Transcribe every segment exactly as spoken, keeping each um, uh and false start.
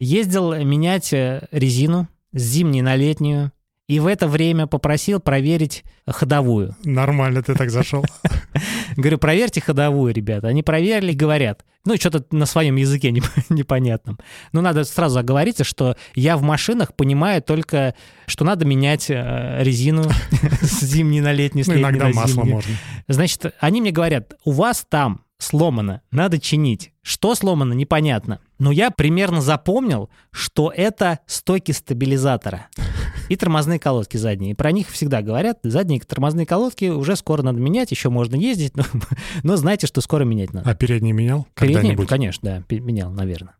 Ездил менять резину с зимней на летнюю, и в это время попросил проверить ходовую. Нормально ты так зашел. Говорю, проверьте ходовую, ребята. Они проверили, говорят. Ну, что-то на своем языке непонятном. Но надо сразу оговориться, что я в машинах понимаю только, что надо менять резину с зимней на летнюю, с летней на зимнюю. Иногда масло можно. Значит, они мне говорят, у вас там сломано, надо чинить. Что сломано, непонятно. Но я примерно запомнил, что это стойки стабилизатора и тормозные колодки задние. Про них всегда говорят, задние тормозные колодки уже скоро надо менять, еще можно ездить, но, но знайте, что скоро менять надо. А передние менял Передние, когда-нибудь? Конечно, да, менял, наверное.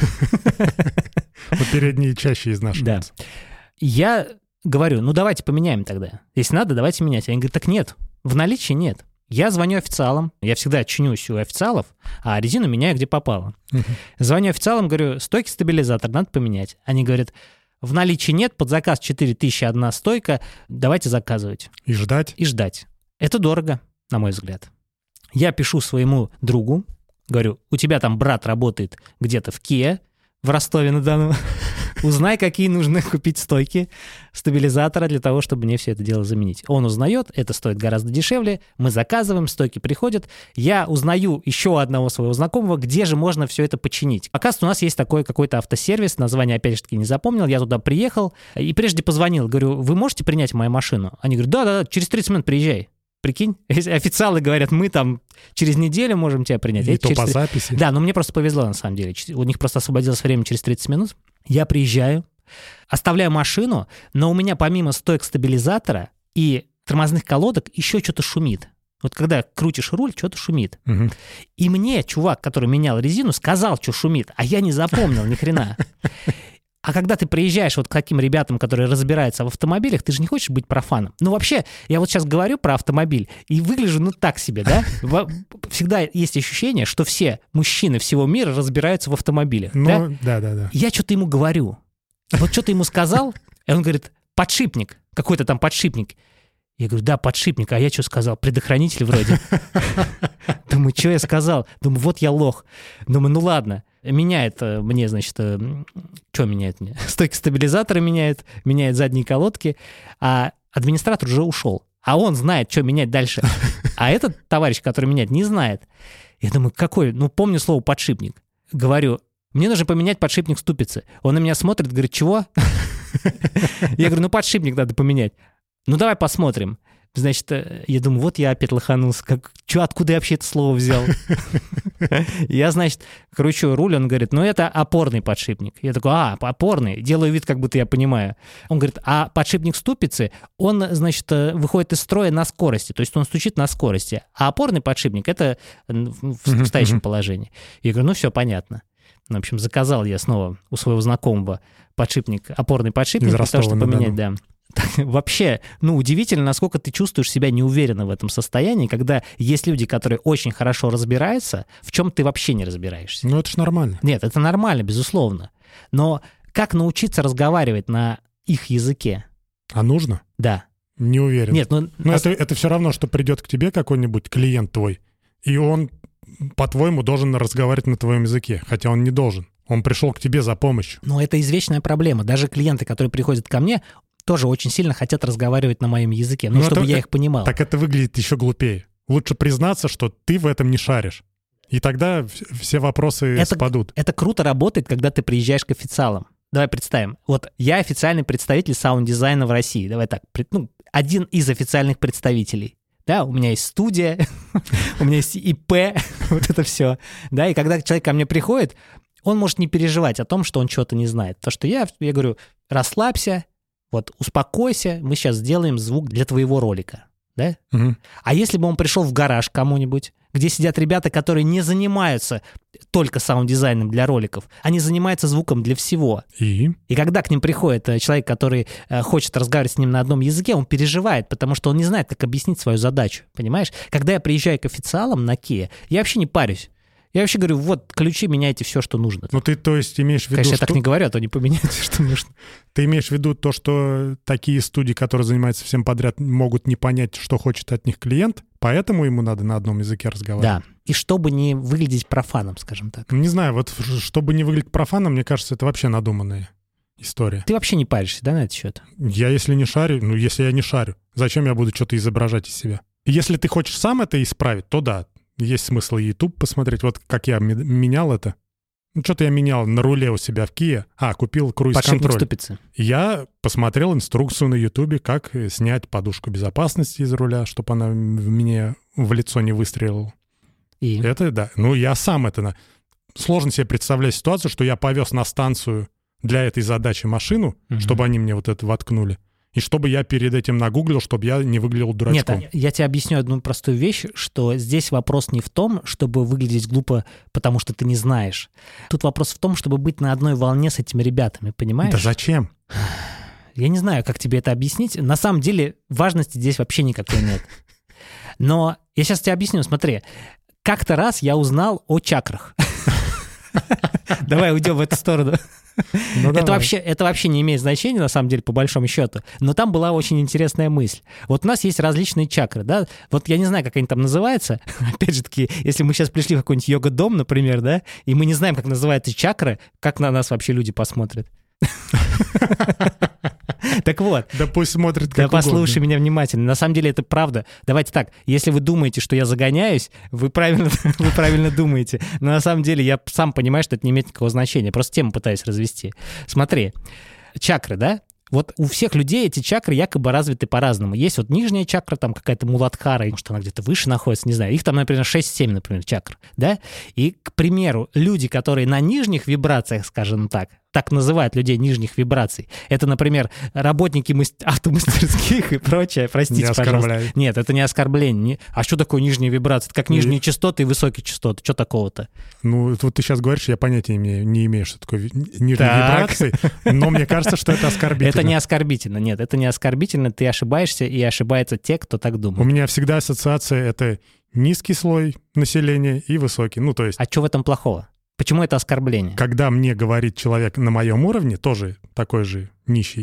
Передние чаще изнашиваются. Да. Я говорю, ну давайте поменяем тогда. Если надо, давайте менять. Они говорят, так нет, в наличии нет. Я звоню официалам, я всегда чинюсь у официалов, а резину меняю, где попало. Uh-huh. Звоню официалам, говорю, стойки стабилизатор надо поменять. Они говорят, в наличии нет, под заказ четыре тысячи одна стойка, давайте заказывать. И ждать? И ждать. Это дорого, на мой взгляд. Я пишу своему другу, говорю, у тебя там брат работает где-то в Kia, в Ростове-на-Дону. Узнай, какие нужно купить стойки стабилизатора для того, чтобы мне все это дело заменить. Он узнает, это стоит гораздо дешевле, мы заказываем, стойки приходят. Я узнаю еще одного своего знакомого, где же можно все это починить. Оказывается, у нас есть такой какой-то автосервис, название опять же таки не запомнил, я туда приехал и прежде позвонил, говорю, вы можете принять мою машину? Они говорят, да-да-да, через тридцать минут приезжай. Прикинь, официалы говорят, мы там через неделю можем тебя принять. И а то через... по записи. Да, но мне просто повезло на самом деле. У них просто освободилось время через тридцать минут. Я приезжаю, оставляю машину, но у меня помимо стоек стабилизатора и тормозных колодок еще что-то шумит. Вот когда крутишь руль, что-то шумит. Угу. И мне чувак, который менял резину, сказал, что шумит, а я не запомнил ни хрена. А когда ты приезжаешь вот к таким ребятам, которые разбираются в автомобилях, ты же не хочешь быть профаном. Ну, вообще, я вот сейчас говорю про автомобиль и выгляжу, ну, так себе, да? Всегда есть ощущение, что все мужчины всего мира разбираются в автомобилях. Ну, да-да-да. Я что-то ему говорю. Вот что-то ему сказал, и он говорит, подшипник, какой-то там подшипник. Я говорю, да, подшипник, а я что сказал? Предохранитель вроде. Думаю, что я сказал? Думаю, вот я лох. Думаю, ну ладно. Меняет мне, значит, что меняет мне? Стойки стабилизатора меняет, меняет задние колодки, а администратор уже ушел. А он знает, что менять дальше. А этот товарищ, который меняет, не знает. Я думаю, какой? Ну, помню слово подшипник. Говорю, мне нужно поменять подшипник ступицы. Он на меня смотрит, говорит, чего? Я говорю, ну, подшипник надо поменять. Ну, давай посмотрим. Значит, я думаю, вот я опять лоханулся. Как, чё, откуда я вообще это слово взял? Я, значит, кручу руль, он говорит, ну, это опорный подшипник. Я такой, а, опорный. Делаю вид, как будто я понимаю. Он говорит, а подшипник ступицы, он, значит, выходит из строя на скорости. То есть он стучит на скорости. А опорный подшипник — это в стоящем положении. Я говорю, ну, все понятно. В общем, заказал я снова у своего знакомого подшипник, опорный подшипник, для того, чтобы поменять, да. Вообще, ну, удивительно, насколько ты чувствуешь себя неуверенно в этом состоянии, когда есть люди, которые очень хорошо разбираются, в чем ты вообще не разбираешься. Ну, это ж нормально. Нет, это нормально, безусловно. Но как научиться разговаривать на их языке? А нужно? Да. Не уверен. Нет, ну... Но это, это все равно, что придет к тебе какой-нибудь клиент твой, и он, по-твоему, должен разговаривать на твоем языке, хотя он не должен. Он пришел к тебе за помощью. Ну, это извечная проблема. Даже клиенты, которые приходят ко мне, тоже очень сильно хотят разговаривать на моем языке, ну, ну чтобы это, я их понимал. Так это выглядит еще глупее. Лучше признаться, что ты в этом не шаришь. И тогда все вопросы это, спадут. Это круто работает, когда ты приезжаешь к официалам. Давай представим. Вот я официальный представитель саунд-дизайна в России. Давай так. Ну, один из официальных представителей. Да, у меня есть студия, у меня есть ИП, вот это все. Да, и когда человек ко мне приходит, он может не переживать о том, что он чего-то не знает. То, что я, я говорю, расслабься, вот, успокойся, мы сейчас сделаем звук для твоего ролика, да? Угу. А если бы он пришел в гараж кому-нибудь, где сидят ребята, которые не занимаются только саунд-дизайном для роликов, они занимаются звуком для всего. И? И когда к ним приходит человек, который хочет разговаривать с ним на одном языке, он переживает, потому что он не знает, как объяснить свою задачу, понимаешь? Когда я приезжаю к официалам на Kia, я вообще не парюсь. Я вообще говорю, вот, ключи, меняйте все, что нужно. Ну, ты, то есть, имеешь в виду, Конечно, что... я так не говорю, а то не поменяйте, что нужно. Ты имеешь в виду то, что такие студии, которые занимаются всем подряд, могут не понять, что хочет от них клиент, поэтому ему надо на одном языке разговаривать? Да, и чтобы не выглядеть профаном, скажем так. Не знаю, вот чтобы не выглядеть профаном, мне кажется, это вообще надуманная история. Ты вообще не паришься, да, на этот счет? Я если не шарю, ну, если я не шарю, зачем я буду что-то изображать из себя? Если ты хочешь сам это исправить, то да, есть смысл YouTube посмотреть. Вот как я менял это. Ну, что-то я менял на руле у себя в Kia. А, купил круиз-контроль. ступицы. Я посмотрел инструкцию на YouTube, как снять подушку безопасности из руля, чтобы она в мне в лицо не выстрелила. И? Это, да. Ну, я сам это... На... Сложно себе представлять ситуацию, что я повез на станцию для этой задачи машину, угу. чтобы они мне вот это воткнули. И чтобы я перед этим нагуглил, чтобы я не выглядел дурачком. Нет, я тебе объясню одну простую вещь, что здесь вопрос не в том, чтобы выглядеть глупо, потому что ты не знаешь. Тут вопрос в том, чтобы быть на одной волне с этими ребятами, понимаешь? Да зачем? Я не знаю, как тебе это объяснить. На самом деле важности здесь вообще никакой нет. Но я сейчас тебе объясню. Смотри, как-то раз я узнал о чакрах. Давай уйдем в эту сторону. Ну, это, вообще, это вообще не имеет значения, на самом деле, по большому счету. Но там была очень интересная мысль. Вот у нас есть различные чакры, да? Вот я не знаю, как они там называются. Опять же таки, если мы сейчас пришли в какой-нибудь йога-дом, например, да, и мы не знаем, как называется чакра, как на нас вообще люди посмотрят? Так вот. Да пусть смотрит как Да угодно. Послушай меня внимательно. На самом деле это правда. Давайте так, если вы думаете, что я загоняюсь, вы правильно, вы правильно думаете. Но на самом деле я сам понимаю, что это не имеет никакого значения. Просто тему пытаюсь развести. Смотри, чакры, да? Вот у всех людей эти чакры якобы развиты по-разному. Есть вот нижняя чакра, там какая-то муладхара, может, она где-то выше находится, не знаю. Их там, например, шесть-семь, например, чакр, да? И, к примеру, люди, которые на нижних вибрациях, скажем так, так называют людей нижних вибраций. Это, например, работники автомастерских и прочее. Простите, не пожалуйста. Нет, это не оскорбление. А что такое нижние вибрации? Это как нижние и... частоты и высокие частоты. Что такого-то? Ну, вот ты сейчас говоришь, я понятия не, не имею, что такое нижние так. вибрации, но мне кажется, что это оскорбительно. Это не оскорбительно, нет, это не оскорбительно. Ты ошибаешься, и ошибаются те, кто так думает. У меня всегда ассоциация — это низкий слой населения и высокий. Ну, то есть... А что в этом плохого? Почему это оскорбление? Когда мне говорит человек на моем уровне, тоже такой же нищий,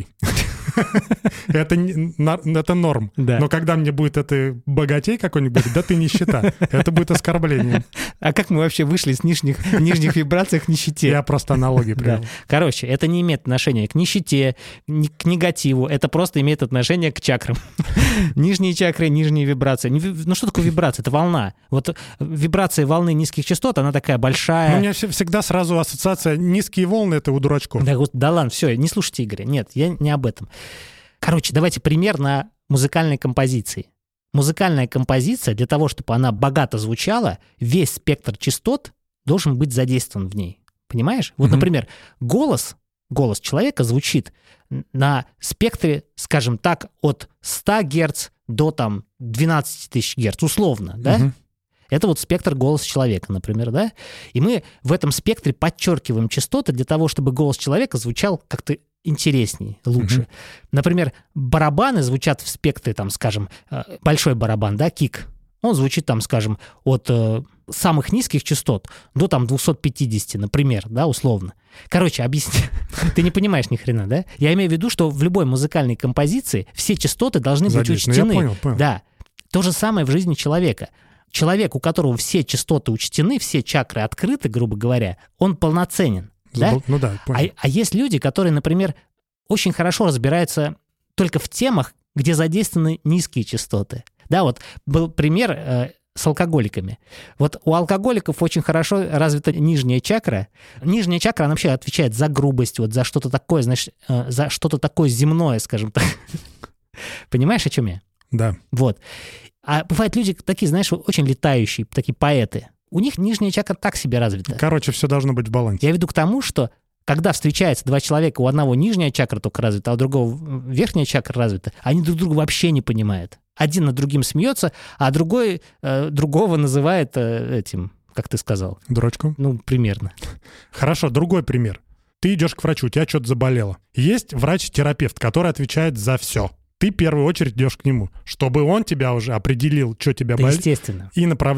это, это норм. Да. Но когда мне будет это богатей какой-нибудь, да ты нищета, это будет оскорблением. А как мы вообще вышли с нижних, нижних вибраций к нищете? Я просто аналогии привел. Да. Короче, это не имеет отношения к нищете, к негативу, это просто имеет отношение к чакрам. Нижние чакры, нижние вибрации. Ну что такое вибрация? Это волна. Вот вибрация волны низких частот, она такая большая. У меня всегда сразу ассоциация низкие волны — это у дурачков. Да, да ладно, все, не слушайте Игоря. Нет, я не об этом. Короче, давайте пример на музыкальной композиции. Музыкальная композиция, для того, чтобы она богато звучала, весь спектр частот должен быть задействован в ней. Понимаешь? Вот, mm-hmm. например, голос, голос человека звучит на спектре, скажем так, от ста герц до там двенадцать тысяч герц, условно, да? Mm-hmm. Это вот спектр голоса человека, например, да? И мы в этом спектре подчеркиваем частоты для того, чтобы голос человека звучал как-то интересней, лучше. Mm-hmm. Например, барабаны звучат в спектре, там, скажем, большой барабан, да, кик. Он звучит, там, скажем, от э, самых низких частот до там двести пятьдесят, например, да, условно. Короче, объясни. Ты не понимаешь ни хрена, да? Я имею в виду, что в любой музыкальной композиции все частоты должны быть учтены. Я понял, понял. Да. То же самое в жизни человека. Человек, у которого все частоты учтены, все чакры открыты, грубо говоря, он полноценен. Да? Ну да, понял. А, а есть люди, которые, например, очень хорошо разбираются только в темах, где задействованы низкие частоты. Да, вот был пример э, с алкоголиками. Вот у алкоголиков очень хорошо развита нижняя чакра. Нижняя чакра, она вообще отвечает за грубость, вот за что-то такое, знаешь, э, за что-то такое земное, скажем так. Понимаешь, о чем я? Да. Вот. А бывают люди такие, знаешь, очень летающие, такие поэты. У них нижняя чакра так себе развита. Короче, все должно быть в балансе. Я веду к тому, что когда встречаются два человека, у одного нижняя чакра только развита, а у другого верхняя чакра развита, они друг друга вообще не понимают. Один над другим смеется, а другой э, другого называет э, этим, как ты сказал. Дурачком? Ну, примерно. Хорошо, другой пример. Ты идешь к врачу, у тебя что-то заболело. Есть врач-терапевт, который отвечает за все. Ты в первую очередь идешь к нему, чтобы он тебя уже определил, что тебя да болит, естественно. и направляет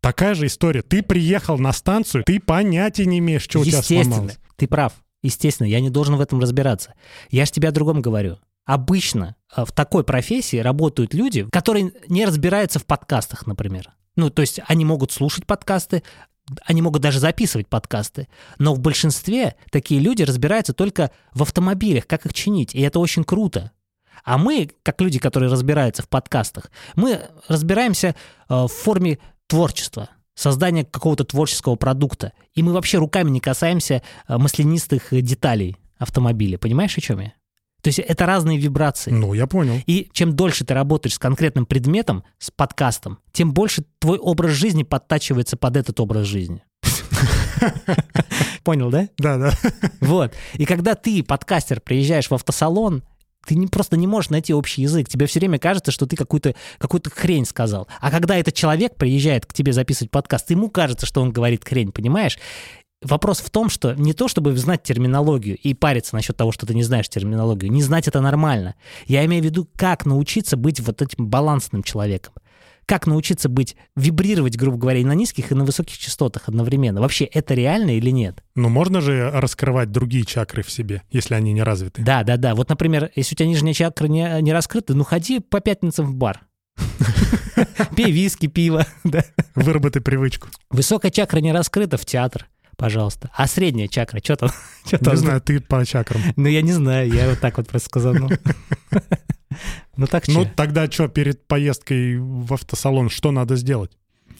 Такая же история. Ты приехал на станцию, ты понятия не имеешь, что у тебя Естественно, сломалось. ты прав. Естественно, я не должен в этом разбираться. Я же тебе о другом говорю. Обычно в такой профессии работают люди, которые не разбираются в подкастах, например. Ну, то есть они могут слушать подкасты, они могут даже записывать подкасты, но в большинстве такие люди разбираются только в автомобилях, как их чинить, и это очень круто. А мы, как люди, которые разбираются в подкастах, мы разбираемся в форме творчества, создания какого-то творческого продукта, и мы вообще руками не касаемся маслянистых деталей автомобиля. Понимаешь, о чем я? То есть это разные вибрации. Ну, я понял. И чем дольше ты работаешь с конкретным предметом, с подкастом, тем больше твой образ жизни подтачивается под этот образ жизни. Понял, да? Да, да. Вот. И когда ты, подкастер, приезжаешь в автосалон, ты не, просто не можешь найти общий язык. Тебе все время кажется, что ты какую-то, какую-то хрень сказал. А когда этот человек приезжает к тебе записывать подкаст, ему кажется, что он говорит хрень, понимаешь? Вопрос в том, что не то, чтобы знать терминологию и париться насчет того, что ты не знаешь терминологию. Не знать это нормально. Я имею в виду, как научиться быть вот этим балансным человеком. Как научиться быть, вибрировать, грубо говоря, и на низких, и на высоких частотах одновременно. Вообще, это реально или нет? Ну, можно же раскрывать другие чакры в себе, если они не развиты. Да, да, да. Вот, например, если у тебя нижняя чакра не, не раскрыта, ну, ходи по пятницам в бар. Пей виски, пиво. Выработай привычку. Высокая чакра не раскрыта, в театр. Пожалуйста. А средняя чакра, что там? Не знаю, ты по чакрам. Ну, я не знаю, я вот так вот просто сказал. Ну, так что? Ну, тогда что, перед поездкой в автосалон, что надо сделать?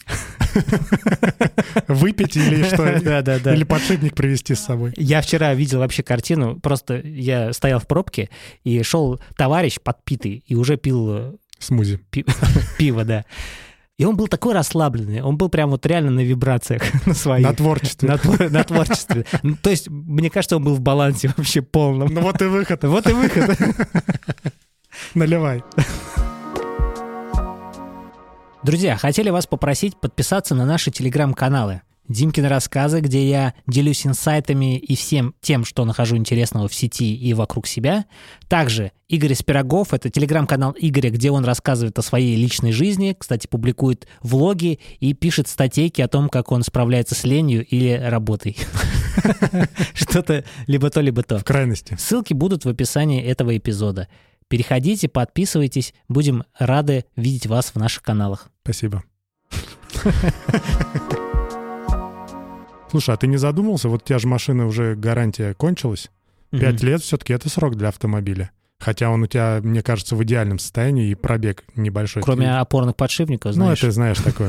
Выпить или что? Да, да, да. Или подшипник привезти с собой? Я вчера видел вообще картину, просто я стоял в пробке, и шел товарищ подпитый, и уже пил... Смузи. Пиво, да. И он был такой расслабленный, он был прям вот реально на вибрациях на своих. На творчестве. На, твор- на творчестве. Ну, то есть, мне кажется, он был в балансе вообще полном. Ну вот и выход. Вот и выход. Наливай. Друзья, хотели вас попросить подписаться на наши телеграм-каналы. Димкины рассказы, где я делюсь инсайтами и всем тем, что нахожу интересного в сети и вокруг себя. Также Игорь из Пирогов, это телеграм-канал Игоря, где он рассказывает о своей личной жизни, кстати, публикует влоги и пишет статейки о том, как он справляется с ленью или работой. Что-то либо то, либо то. В крайности. Ссылки будут в описании этого эпизода. Переходите, подписывайтесь, будем рады видеть вас в наших каналах. Спасибо. Слушай, а ты не задумался? Вот у тебя же машина уже гарантия кончилась. Пять mm-hmm. лет все-таки это срок для автомобиля. Хотя он у тебя, мне кажется, в идеальном состоянии и пробег небольшой. Кроме опорных подшипников, знаешь. Ну, это знаешь такое.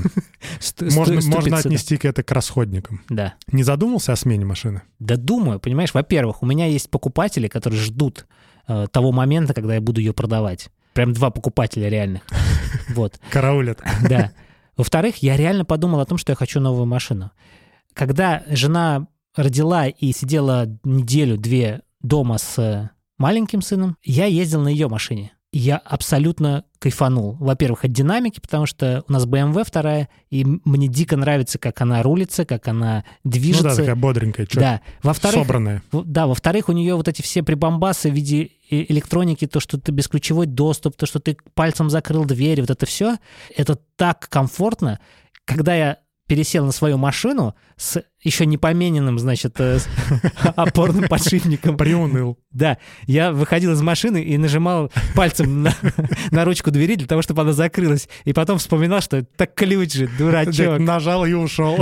Можно отнести это к расходникам. Да. Не задумался о смене машины? Да думаю, понимаешь. Во-первых, у меня есть покупатели, которые ждут того момента, когда я буду ее продавать. Прям два покупателя реальных. Вот. Караулят. Да. Во-вторых, я реально подумал о том, что я хочу новую машину. Когда жена родила и сидела неделю-две дома с маленьким сыном, я ездил на ее машине. И я абсолютно кайфанул. Во-первых, от динамики, потому что у нас бэ эм вэ вторая, и мне дико нравится, как она рулится, как она движется. Ну да, такая бодренькая, чё, да. Во-вторых, собранная. Да, во-вторых, у нее вот эти все прибамбасы в виде электроники, то, что ты бесключевой доступ, то, что ты пальцем закрыл дверь, вот это все, это так комфортно. Когда я пересел на свою машину с еще не помененным, значит, опорным подшипником. Приуныл. Да, я выходил из машины и нажимал пальцем на, на ручку двери для того, чтобы она закрылась. И потом вспоминал, что так ключ же, дурачок. Нажал и ушел.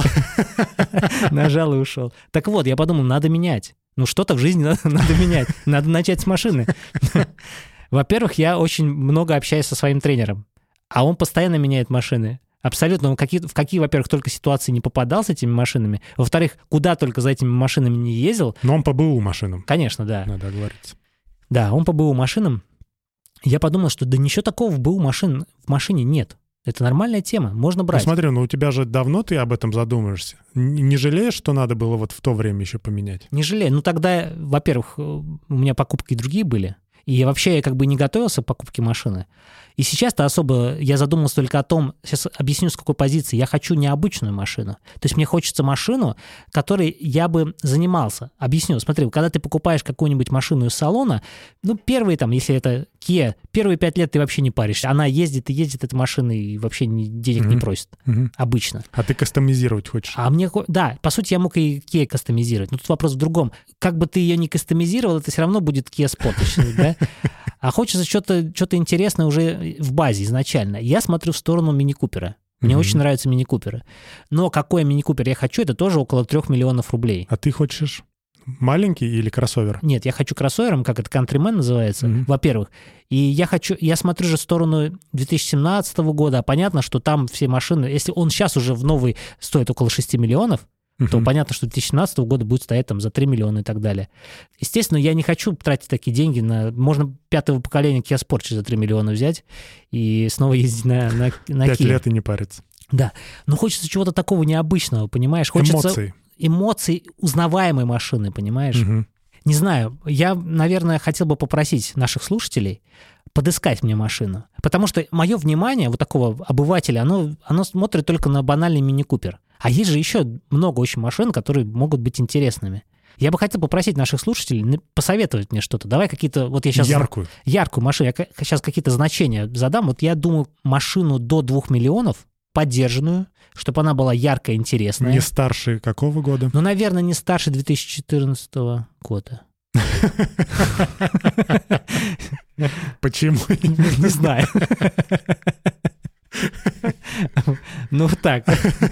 Нажал и ушел. Так вот, я подумал, надо менять. Ну, что-то в жизни надо, надо менять. Надо начать с машины. Во-первых, я очень много общаюсь со своим тренером, а он постоянно меняет машины. Абсолютно. Он какие, в какие, во-первых, только ситуации не попадал с этими машинами. Во-вторых, куда только за этими машинами не ездил. Но он по БУ машинам. Конечно, да. Надо оговориться. Да, он по БУ машинам. Я подумал, что да ничего такого в БУ машин, в машине нет. Это нормальная тема, можно брать. Ну смотри, ну у тебя же давно ты об этом задумаешься. Не жалеешь, что надо было вот в то время еще поменять? Не жалею. Ну тогда, во-первых, у меня покупки другие были. И вообще я как бы не готовился к покупке машины. И сейчас-то особо я задумался только о том, сейчас объясню, с какой позиции. Я хочу необычную машину. То есть мне хочется машину, которой я бы занимался. Объясню. Смотри, когда ты покупаешь какую-нибудь машину из салона, ну, первые там, если это Kia, первые пять лет ты вообще не паришься. Она ездит и ездит, эта машина, и вообще ни- денег не Мгм. просит. Мгм. Обычно. А ты кастомизировать хочешь? А мне... хо- Да, по сути, я мог и Kia кастомизировать. Но тут вопрос в другом. Как бы ты ее ни кастомизировал, это все равно будет Kia Sportage, да? А хочется что-то что-то интересное уже в базе изначально. Я смотрю в сторону мини-купера. Мне Мгм. очень нравятся мини-куперы. Но какой мини-купер я хочу, это тоже около трех миллионов рублей. А ты хочешь маленький или кроссовер? Нет, я хочу кроссовером, как это, Countryman называется, Мгм. во-первых. И я хочу, я смотрю же в сторону две тысячи семнадцатого года, а понятно, что там все машины, если он сейчас уже в новый стоит около шести миллионов, то Мгм. понятно, что две тысячи семнадцатого года будет стоять там за три миллиона и так далее. Естественно, я не хочу тратить такие деньги на... Можно пятого поколения Kia Sportage за три миллиона взять и снова ездить на, на, на Пять Kia. лет и не париться. Да, но хочется чего-то такого необычного, понимаешь? Хочется Эмоции. эмоций узнаваемой машины, понимаешь? Мгм. Не знаю, я, наверное, хотел бы попросить наших слушателей подыскать мне машину. Потому что мое внимание, вот такого обывателя, оно, оно смотрит только на банальный мини-купер. А есть же еще много очень машин, которые могут быть интересными. Я бы хотел попросить наших слушателей на- посоветовать мне что-то. Давай какие-то... Вот я сейчас... Яркую. Яркую машину. Я сейчас какие-то значения задам. Вот я думаю, машину до двух миллионов, поддержанную, чтобы она была яркая, интересная. Не старше какого года? Ну, наверное, не старше две тысячи четырнадцатого года. Почему? Не знаю. Ну, вот так.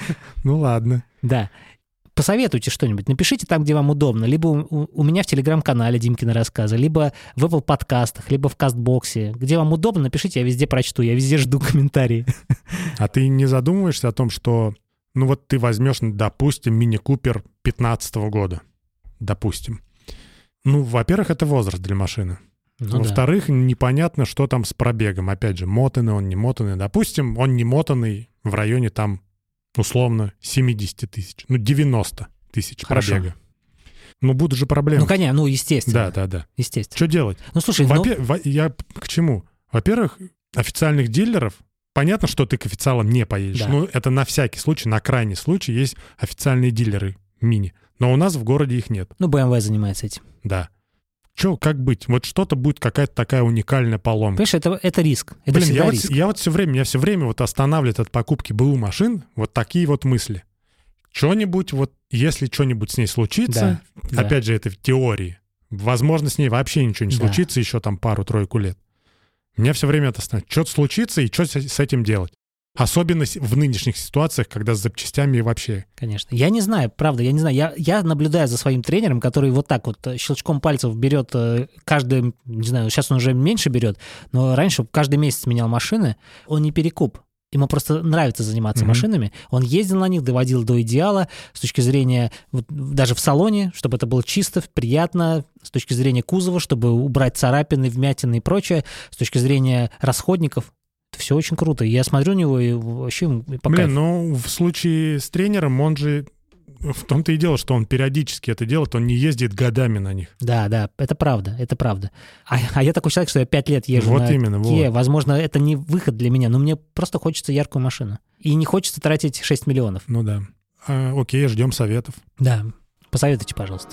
Ну ладно. Да. Посоветуйте что-нибудь, напишите там, где вам удобно. Либо у, у меня в телеграм-канале Димкины рассказы, либо в Apple подкастах, либо в Кастбоксе. Где вам удобно, напишите, я везде прочту, я везде жду комментарии. А ты не задумываешься о том, что, ну вот ты возьмешь, допустим, мини-купер пятнадцатого года, допустим. Ну, во-первых, это возраст для машины. Ну, Во-вторых, непонятно, что там с пробегом. Опять же, мотанный он, не мотанный. Допустим, он не мотанный в районе там, условно, семьдесят тысяч. Ну, девяносто тысяч Хорошо. пробега. Ну, будут же да. проблемы. Ну, конечно, ну, естественно. Да, да, да. Естественно. Что делать? Ну, слушай, ну, Во-пе- во- Я к чему? Во-первых, официальных дилеров, понятно, что ты к официалам не поедешь. Да. Ну, это на всякий случай, на крайний случай есть официальные дилеры мини. Но у нас в городе их нет. ну, бэ эм вэ занимается этим. Да. Че, как быть? Вот что-то будет какая-то такая уникальная поломка. Понимаешь, это, это риск. Это Блин, всегда я вот, риск. я вот все время, меня все время вот останавливает от покупки БУ машин вот такие вот мысли. Что-нибудь вот, если что-нибудь с ней случится, Да, да. опять же, это в теории, возможно, с ней вообще ничего не Да. случится еще там пару-тройку лет. Меня все время это останавливает. Что-то случится, и что с с этим делать? Особенно с- в нынешних ситуациях, когда с запчастями вообще... Конечно. Я не знаю, правда, я не знаю. Я, я наблюдаю за своим тренером, который вот так вот э, щелчком пальцев берет э, каждый, не знаю, сейчас он уже меньше берет, но раньше каждый месяц менял машины. Он не перекуп. Ему просто нравится заниматься Мгм. машинами. Он ездил на них, доводил до идеала с точки зрения, вот, даже в салоне, чтобы это было чисто, приятно, с точки зрения кузова, чтобы убрать царапины, вмятины и прочее, с точки зрения расходников. Это все очень круто. Я смотрю на него и вообще ему по Блин, кайфу. ну в случае с тренером он же... В том-то и дело, что он периодически это делает, он не ездит годами на них. Да, да, это правда, это правда. А, а я такой человек, что я пять лет езжу Вот на именно, Kia. вот. Возможно, это не выход для меня, но мне просто хочется яркую машину. И не хочется тратить шесть миллионов. Ну да. А, окей, ждем советов. Да, посоветуйте, пожалуйста.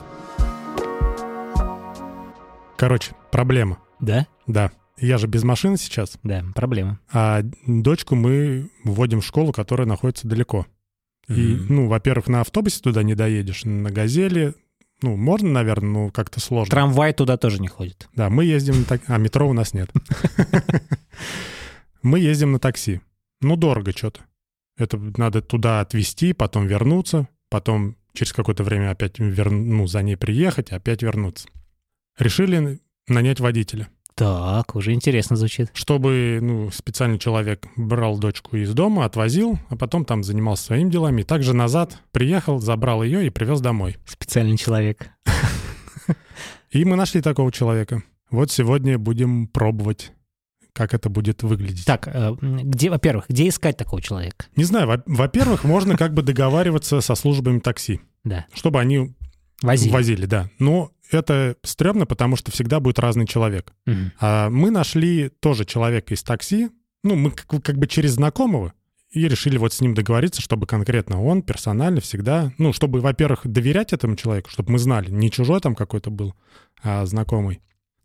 Короче, проблема. Да? Да. Я же без машины сейчас, Да, проблема. а дочку мы вводим в школу, которая находится далеко. И, Мгм. ну, во-первых, на автобусе туда не доедешь, на «Газели», ну, можно, наверное, но как-то сложно. Трамвай туда тоже не ходит. Да, мы ездим на такси, а метро у нас нет. Мы ездим на такси. Ну, дорого что-то. Это надо туда отвезти, потом вернуться, потом через какое-то время опять вер... ну, за ней приехать, опять вернуться. Решили нанять водителя. Так, уже интересно звучит. Чтобы ну, специальный человек брал дочку из дома, отвозил, а потом там занимался своими делами. И также назад приехал, забрал ее и привез домой. Специальный человек. И мы нашли такого человека. Вот сегодня будем пробовать, как это будет выглядеть. Так, э, где, во-первых, где искать такого человека? Не знаю, во- во-первых, можно как бы договариваться со службами такси, Да, чтобы они возили. возили, да. Но это стрёмно, потому что всегда будет разный человек. Мгм. А мы нашли тоже человека из такси, ну, мы как, как бы через знакомого, и решили вот с ним договориться, чтобы конкретно он персонально всегда, ну, чтобы, во-первых, доверять этому человеку, чтобы мы знали, не чужой там какой-то был, а знакомый.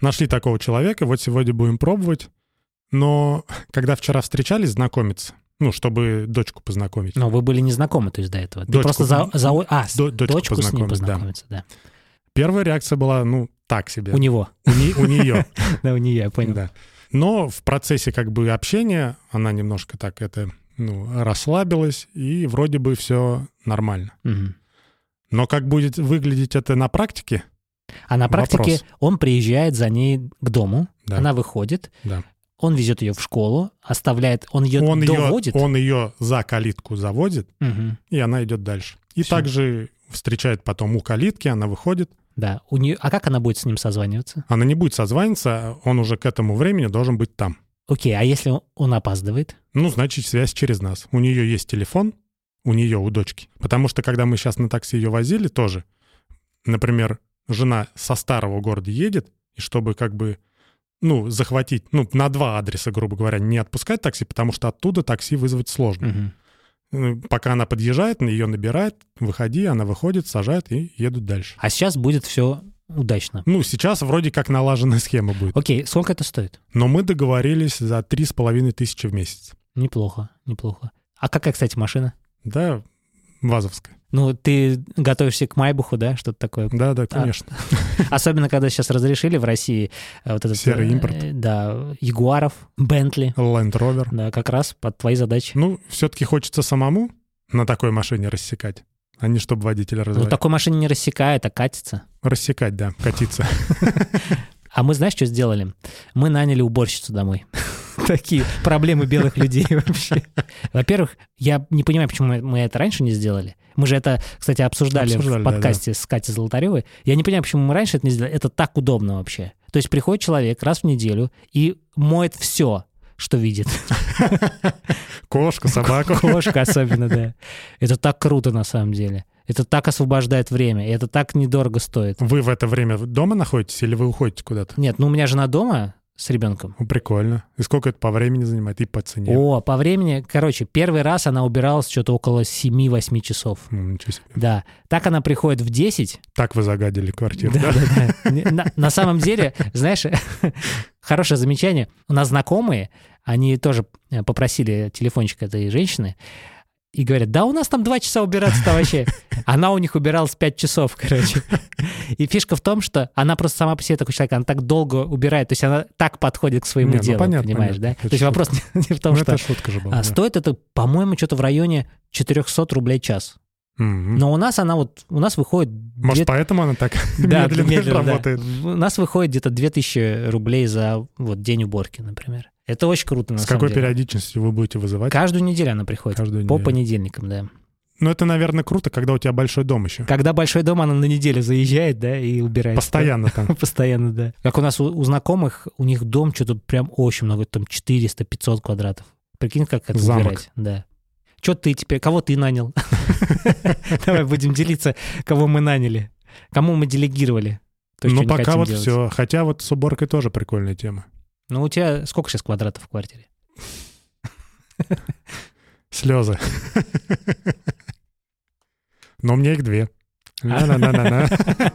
Нашли такого человека, вот сегодня будем пробовать. Но когда вчера встречались знакомиться, ну, чтобы дочку познакомить. Но вы были не знакомы, то есть, до этого? Ты Дочку, просто за... за... А, до, дочку, дочку с ним познакомить, познакомиться, да. да. Первая реакция была, ну, так себе. У него. У, не, у нее. Да, у нее, я понял. Да. Но в процессе как бы общения она немножко так это, ну, расслабилась, и вроде бы все нормально. Угу. Но как будет выглядеть это на практике? А на практике Вопрос. Он приезжает за ней к дому, Да. она выходит, Да. он везет ее в школу, оставляет, он ее Он доводит. Ее, он ее за калитку заводит, Угу. и она идет дальше. И Всё. также встречает потом у калитки, она выходит. Да. У нее... А как она будет с ним созваниваться? Она не будет созваниваться, он уже к этому времени должен быть там. Окей, а если он опаздывает? Ну, значит, связь через нас. У нее есть телефон, у нее, у дочки. Потому что, когда мы сейчас на такси ее возили, тоже, например, жена со старого города едет, и чтобы как бы, ну, захватить, ну, на два адреса, грубо говоря, не отпускать такси, потому что оттуда такси вызвать сложно. Угу. Пока она подъезжает, ее набирает, выходи, она выходит, сажает и едут дальше. А сейчас будет все удачно. Ну, сейчас вроде как налаженная схема будет. Окей, сколько это стоит? Но мы договорились за три с половиной тысячи в месяц. Неплохо, неплохо. А какая, кстати, машина? Да, ВАЗовская. Ну, ты готовишься к Майбаху, да, что-то такое? Да, да, конечно. Особенно, когда сейчас разрешили в России э, вот этот... Серый э, импорт. Да, Ягуаров, Бентли. Land Rover. Да, как раз под твои задачи. Ну, все-таки хочется самому на такой машине рассекать, а не чтобы водителя Ну, развивать. такой машине не рассекает, а катится. Рассекать, да, катиться. А мы, знаешь, что сделали? Мы наняли уборщицу домой. Такие проблемы белых людей вообще. Во-первых, я не понимаю, почему мы- мы это раньше не сделали. Мы же это, кстати, обсуждали, Обсуждали, в да, подкасте с Катей Золотаревой. Я не понимаю, почему мы раньше это не сделали. Это так удобно вообще. То есть приходит человек раз в неделю и моет все, что видит. Кошку, собаку. Кошка особенно, да. Это так круто на самом деле. Это так освобождает время, и это так недорого стоит. Вы в это время дома находитесь или вы уходите куда-то? Нет, ну у меня жена дома с ребенком. Ну, прикольно. И сколько это по времени занимает? И по цене? О, по времени, короче, первый раз она убиралась что-то около семь-восемь часов. М, Ничего себе. Да. Так она приходит в десять. Так вы загадили квартиру, Да, да? да, да. Не- На, на самом деле, знаешь, хорошее замечание. У нас знакомые, они тоже э, попросили телефончик этой женщины и говорят, да у нас там два часа убираться-то вообще. Она у них убиралась пять часов, короче. И фишка в том, что она просто сама по себе такой человек, она так долго убирает, то есть она так подходит к своему Не, ну, делу, понятно, понимаешь, понятно. да? Это То есть вопрос не, не в том, Ну, что... это шутка же была. А да. стоит это, по-моему, что-то в районе четыреста рублей час. Мгм. Но у нас она вот, у нас выходит... Может, две- поэтому она так Да, медленно, медленно, да. работает? У нас выходит где-то две тысячи рублей за вот день уборки, например. Это очень круто, на С самом какой деле. периодичностью вы будете вызывать? Каждую неделю она приходит. Каждую По неделю. понедельникам, да. Ну, это, наверное, круто, когда у тебя большой дом еще. Когда большой дом, она на неделю заезжает, да, и убирает. Постоянно там. Постоянно, да. Как у нас у, у знакомых, у них дом что-то прям очень много, там четыреста-пятьсот квадратов. Прикинь, как это Замок. убирать. Да. Что ты теперь, кого ты нанял? Давай будем делиться, кого мы наняли. Кому мы делегировали. то, что Ну, не пока хотим вот делать. все. Хотя вот с уборкой тоже прикольная тема. Ну, у тебя сколько сейчас квадратов в квартире? Слезы. Но у меня их две. На-на-на-на-на.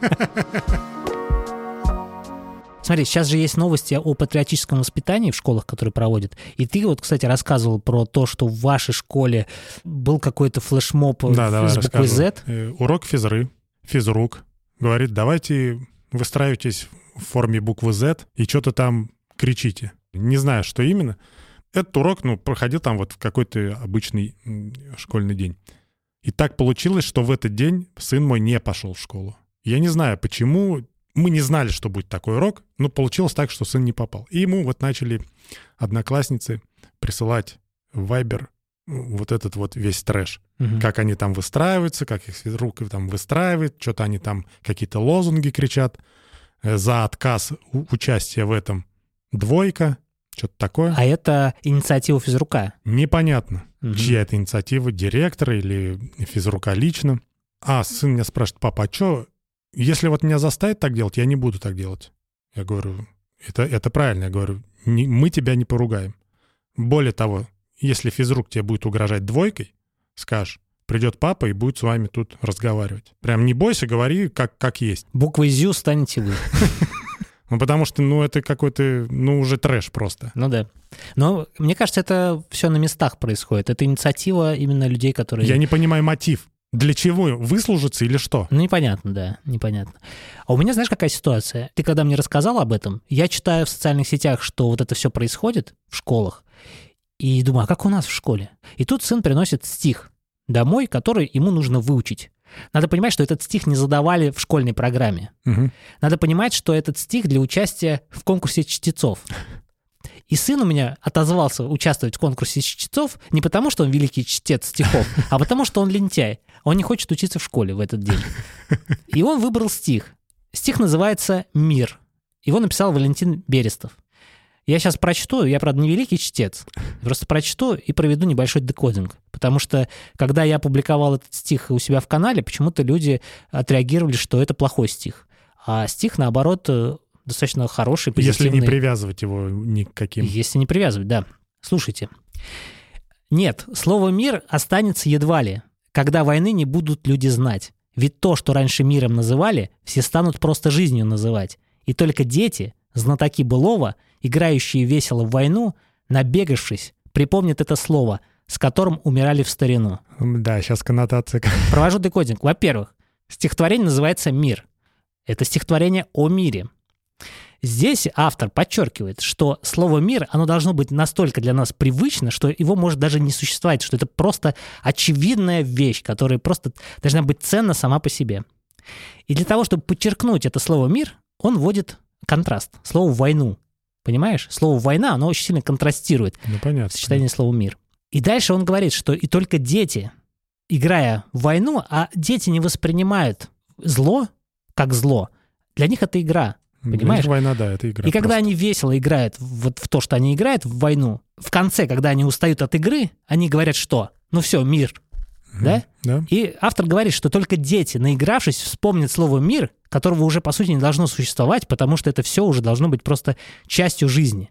Смотри, сейчас же есть новости о патриотическом воспитании в школах, которые проводят. И ты вот, кстати, рассказывал про то, что в вашей школе был какой-то флешмоб Да, давай с буквой рассказывай. Z. Э, Урок физры, физрук, говорит, давайте выстраивайтесь в форме буквы Z и что-то там кричите. Не знаю, что именно. Этот урок, ну, проходил там вот в какой-то обычный м, школьный день. И так получилось, что в этот день сын мой не пошел в школу. Я не знаю, почему. Мы не знали, что будет такой урок, но получилось так, что сын не попал. И ему вот начали одноклассницы присылать в Viber вот этот вот весь трэш. Мгм. Как они там выстраиваются, как их физрук там выстраивает, что-то они там какие-то лозунги кричат. Э, За отказ у- участия в этом двойка, что-то такое. А это инициатива физрука. Непонятно, Мгм. чья это инициатива, директора или физрука лично. А сын меня спрашивает, папа, а что, если вот меня заставят так делать, я не буду так делать. Я говорю, это, это правильно. Я говорю, не- мы тебя не поругаем. Более того, если физрук тебе будет угрожать двойкой, скажешь, придет папа и будет с вами тут разговаривать. Прям не бойся, говори как, как есть. Буквой ЗЮ станете вы. Ну, потому что, ну, это какой-то, ну, уже трэш просто. Ну да. Но мне кажется, это все на местах происходит. Это инициатива именно людей, которые... Я не понимаю мотив. Для чего? Выслужиться или что? Ну, непонятно, да, непонятно. А у меня, знаешь, какая ситуация? Ты когда мне рассказал об этом, я читаю в социальных сетях, что вот это все происходит в школах, и думаю, а как у нас в школе? И тут сын приносит стих домой, который ему нужно выучить. Надо понимать, что этот стих не задавали в школьной программе. Угу. Надо понимать, что этот стих для участия в конкурсе чтецов. И сын у меня отозвался участвовать в конкурсе чтецов не потому, что он великий чтец стихов, а потому, что он лентяй. Он не хочет учиться в школе в этот день. И он выбрал стих. Стих называется «Мир». Его написал Валентин Берестов. Я сейчас прочту, я, правда, не великий чтец, просто прочту и проведу небольшой декодинг. Потому что, когда я опубликовал этот стих у себя в канале, почему-то люди отреагировали, что это плохой стих. А стих, наоборот, достаточно хороший, позитивный. Если не привязывать его ни к каким. Если не привязывать, да. Слушайте. Нет, слово «мир» останется едва ли, когда войны не будут люди знать. Ведь то, что раньше миром называли, все станут просто жизнью называть. И только дети, знатоки былого, играющие весело в войну, набегавшись, припомнят это слово, с которым умирали в старину. Да, сейчас коннотация. Провожу декодинг. Во-первых, стихотворение называется «Мир». Это стихотворение о мире. Здесь автор подчеркивает, что слово «мир», оно должно быть настолько для нас привычно, что его может даже не существовать, что это просто очевидная вещь, которая просто должна быть ценна сама по себе. И для того, чтобы подчеркнуть это слово «мир», он вводит контраст, слово «войну». Понимаешь? Слово «война», оно очень сильно контрастирует ну, понятно, в сочетании слова «мир». И дальше он говорит, что и только дети, играя в войну, а дети не воспринимают зло как зло, для них это игра. Понимаешь? Война, да, это игра. И когда просто. они весело играют вот в то, что они играют в войну, в конце, когда они устают от игры, они говорят, что? Ну все, мир. Mm-hmm. Да? Да. И автор говорит, что только дети, наигравшись, вспомнят слово «мир», которого уже, по сути, не должно существовать, потому что это все уже должно быть просто частью жизни.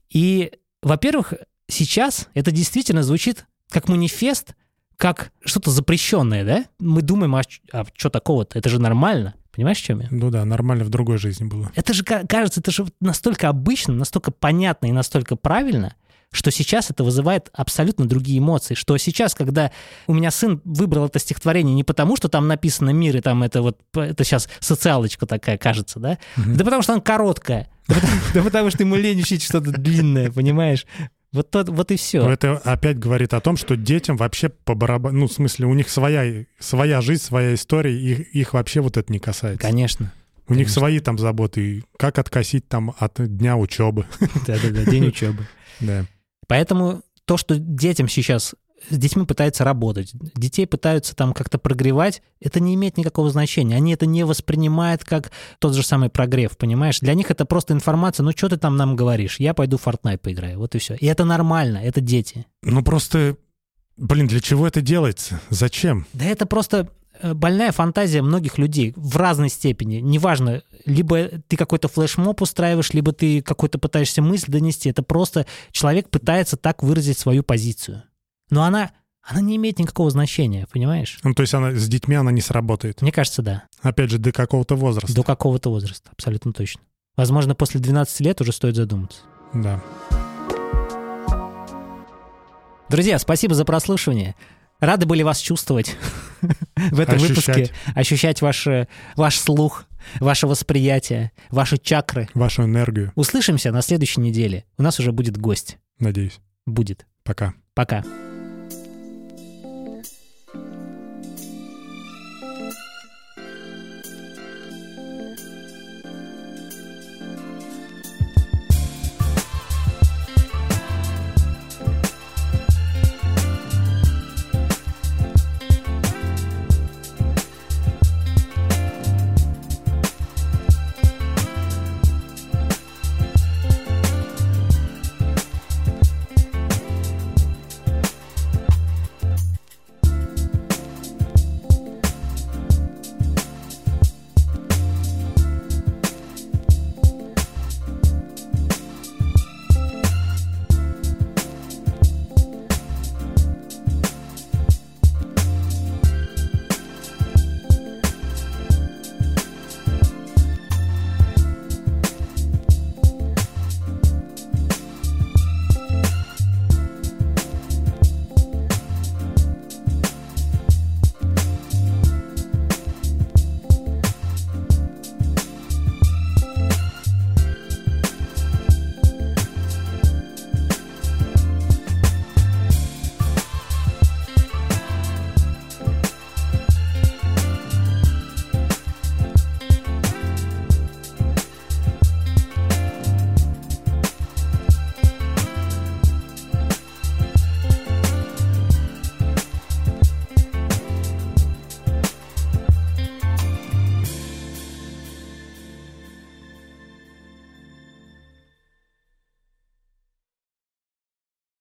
И, во-первых, сейчас это действительно звучит как манифест, как что-то запрещенное, да? Мы думаем, а, а что такого-то? Это же нормально. Понимаешь, в чем я? Ну да, нормально в другой жизни было. Это же, кажется, это же настолько обычно, настолько понятно и настолько правильно, что сейчас это вызывает абсолютно другие эмоции. Что сейчас, когда у меня сын выбрал это стихотворение не потому, что там написано «мир», и там это вот, это сейчас социалочка такая кажется, да? Mm-hmm. Да потому что она короткая. Да потому, да потому что ему лень учить что-то длинное, понимаешь? Вот, то, вот и все. Но это опять говорит о том, что детям вообще по барабану, ну, в смысле, у них своя, своя жизнь, своя история, их, их вообще вот это не касается. Конечно. У Конечно. них свои там заботы, как откосить там от дня учебы. Да-да-да, день учебы. Да. Поэтому то, что детям сейчас, с детьми пытаются работать, детей пытаются там как-то прогревать, это не имеет никакого значения. Они это не воспринимают как тот же самый прогрев, понимаешь? Для них это просто информация, ну что ты там нам говоришь? Я пойду в Fortnite поиграю, вот и все. И это нормально, это дети. Ну просто, блин, для чего это делается? Зачем? Да это просто больная фантазия многих людей в разной степени. Неважно, либо ты какой-то флешмоб устраиваешь, либо ты какой-то пытаешься мысль донести. Это просто человек пытается так выразить свою позицию. Но она, она не имеет никакого значения, понимаешь? Ну, то есть она, с детьми она не сработает? Мне кажется, да. Опять же, до какого-то возраста? До какого-то возраста, абсолютно точно. Возможно, после двенадцати лет уже стоит задуматься. Да. Друзья, спасибо за прослушивание. Рады были вас чувствовать в этом выпуске. Ощущать ваш, ваш слух, ваше восприятие, ваши чакры. Вашу энергию. Услышимся на следующей неделе. У нас уже будет гость. Надеюсь. Будет. Пока. Пока.